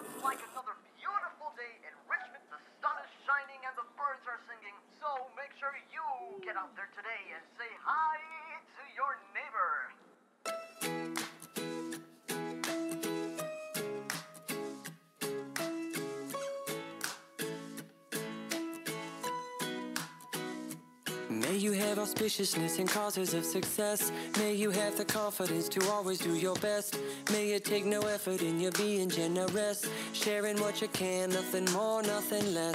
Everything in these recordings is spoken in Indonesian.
looks like another beautiful day in Richmond. The sun is shining and the birds are singing. So make sure you get out there today and say hi to your neighbor. May you have auspiciousness and causes of success. May you have the confidence to always do your best. May it take no effort in your being generous. Sharing what you can, nothing more, nothing less.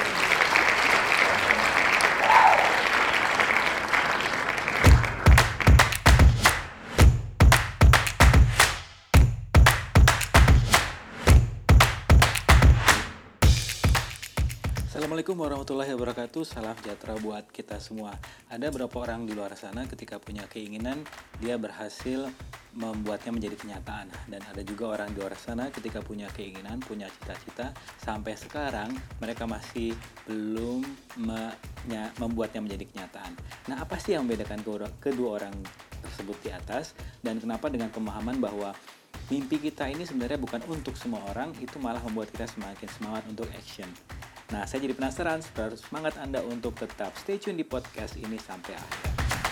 Assalamualaikum warahmatullahi wabarakatuh. Salam sejahtera buat kita semua. Ada beberapa orang di luar sana ketika punya keinginan, dia berhasil membuatnya menjadi kenyataan. Dan ada juga orang di luar sana ketika punya keinginan, punya cita-cita, sampai sekarang mereka masih belum membuatnya menjadi kenyataan. Nah, apa sih yang membedakan kedua orang tersebut di atas? Dan kenapa dengan pemahaman bahwa mimpi kita ini sebenarnya bukan untuk semua orang, itu malah membuat kita semakin semangat untuk action. Nah, saya jadi penasaran, semangat Anda untuk tetap stay tune di podcast ini sampai akhir.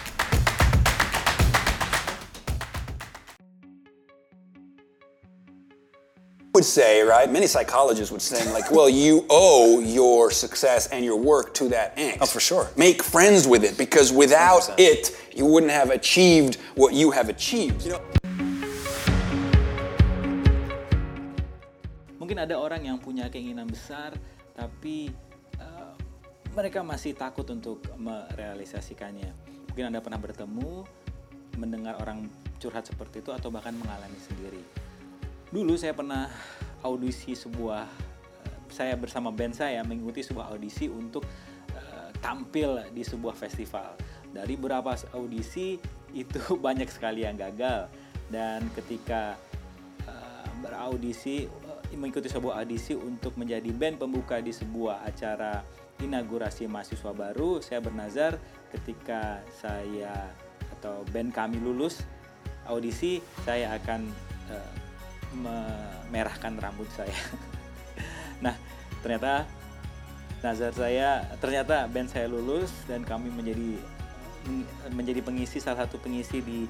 Would say, right? Many psychologists would say, like, well, you owe your success and your work to that angst. Oh, for sure. Make friends with it, because without 100%. it, you wouldn't have achieved what you have achieved. You know? Mungkin ada orang yang punya keinginan besar, tapi mereka masih takut untuk merealisasikannya. Mungkin Anda pernah bertemu, mendengar orang curhat seperti itu, atau bahkan mengalami sendiri. Dulu saya pernah audisi saya bersama band saya mengikuti sebuah audisi untuk tampil di sebuah festival. Dari beberapa audisi itu banyak sekali yang gagal, dan ketika mengikuti sebuah audisi untuk menjadi band pembuka di sebuah acara inaugurasi mahasiswa baru, saya bernazar ketika saya atau band kami lulus audisi, saya akan memerahkan rambut saya. Nah, ternyata band saya lulus dan kami menjadi salah satu pengisi di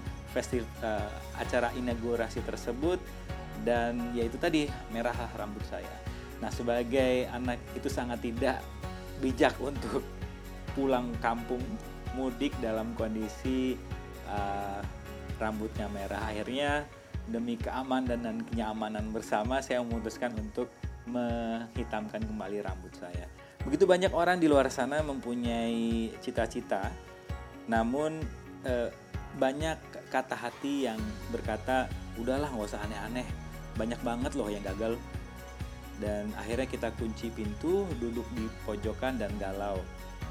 acara inaugurasi tersebut. Dan yaitu tadi, merahlah rambut saya. Nah, sebagai anak itu sangat tidak bijak untuk pulang kampung mudik dalam kondisi rambutnya merah. Akhirnya demi keamanan dan kenyamanan bersama, saya memutuskan untuk menghitamkan kembali rambut saya. Begitu banyak orang di luar sana mempunyai cita-cita, namun banyak kata hati yang berkata, udahlah, nggak usah aneh-aneh, banyak banget loh yang gagal. Dan akhirnya kita kunci pintu, duduk di pojokan dan galau.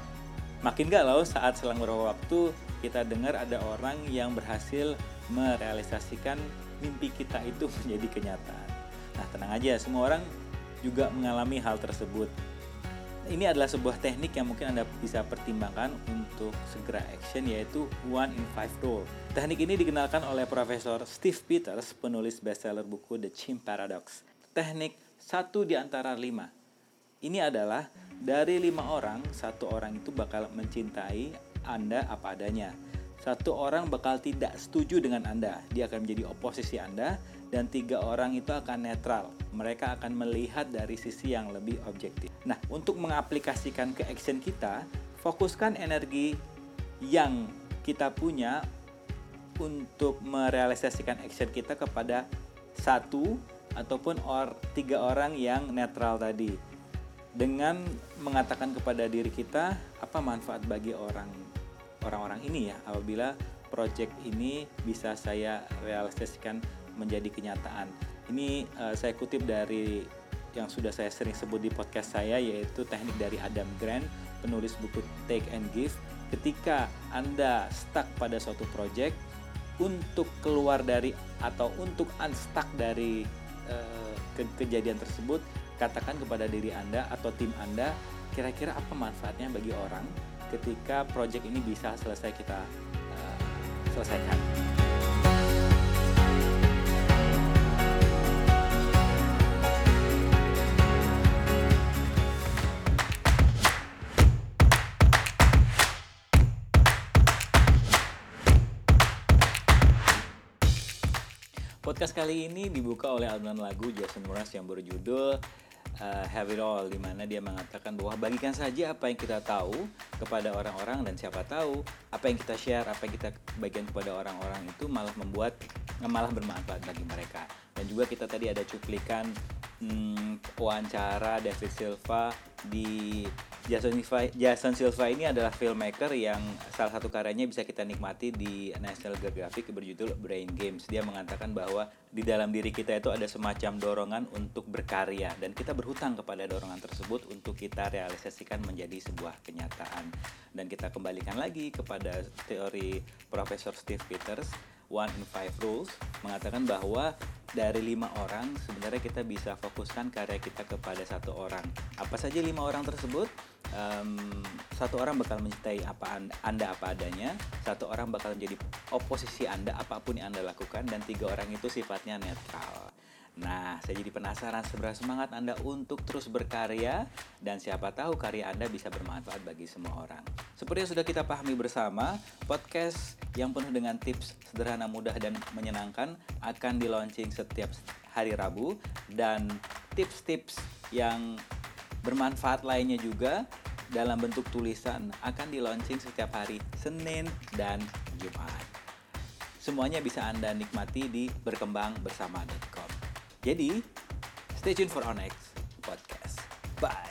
Makin galau saat selang beberapa waktu kita dengar ada orang yang berhasil merealisasikan mimpi kita itu menjadi kenyataan. Nah, tenang aja, semua orang juga mengalami hal tersebut. Ini adalah sebuah teknik yang mungkin Anda bisa pertimbangkan untuk segera action, yaitu 1 in 5 rule. Teknik ini dikenalkan oleh Profesor Steve Peters, penulis bestseller buku The Chimp Paradox. Teknik 1 di antara 5. Ini adalah dari 5 orang, 1 orang itu bakal mencintai Anda apa adanya. 1 orang bakal tidak setuju dengan Anda, dia akan menjadi oposisi Anda, dan 3 orang itu akan netral. Mereka akan melihat dari sisi yang lebih objektif. Nah, untuk mengaplikasikan ke action kita, fokuskan energi yang kita punya untuk merealisasikan action kita kepada 1 ataupun 3 orang yang netral tadi. Dengan mengatakan kepada diri kita, apa manfaat bagi orang-orang ini ya, apabila project ini bisa saya realisasikan menjadi kenyataan. Ini saya kutip dari yang sudah saya sering sebut di podcast saya, yaitu teknik dari Adam Grant, penulis buku Take and Give. Ketika Anda stuck pada suatu project, untuk keluar dari atau untuk unstuck dari kejadian tersebut, katakan kepada diri Anda atau tim Anda, kira-kira apa manfaatnya bagi orang ketika project ini bisa kita selesaikan. Podcast kali ini dibuka oleh alunan lagu Jason Mraz yang berjudul Have It All, di mana dia mengatakan bahwa bagikan saja apa yang kita tahu kepada orang-orang, dan siapa tahu apa yang kita share, apa yang kita bagikan kepada orang-orang itu malah bermanfaat bagi mereka. Dan juga kita tadi ada cuplikan wawancara David Silva di Jason Silva ini adalah filmmaker yang salah satu karyanya bisa kita nikmati di National Geographic berjudul Brain Games. Dia mengatakan bahwa di dalam diri kita itu ada semacam dorongan untuk berkarya, dan kita berhutang kepada dorongan tersebut untuk kita realisasikan menjadi sebuah kenyataan. Dan kita kembalikan lagi kepada teori Profesor Steve Peters, 1 in 5 Rules, mengatakan bahwa dari 5 orang sebenarnya kita bisa fokuskan karya kita kepada 1 orang. Apa saja 5 orang tersebut? 1 orang bakal mencintai Anda apa adanya, 1 orang bakal menjadi oposisi Anda apapun yang Anda lakukan, dan 3 orang itu sifatnya netral. Nah, saya jadi penasaran seberapa semangat Anda untuk terus berkarya, dan siapa tahu karya Anda bisa bermanfaat bagi semua orang. Seperti yang sudah kita pahami bersama, podcast yang penuh dengan tips sederhana, mudah, dan menyenangkan akan di-launching setiap hari Rabu, dan tips-tips yang bermanfaat lainnya juga dalam bentuk tulisan akan di-launching setiap hari Senin dan Jumat. Semuanya bisa Anda nikmati di berkembangbersama.com. Jadi, stay tuned for our next podcast. Bye!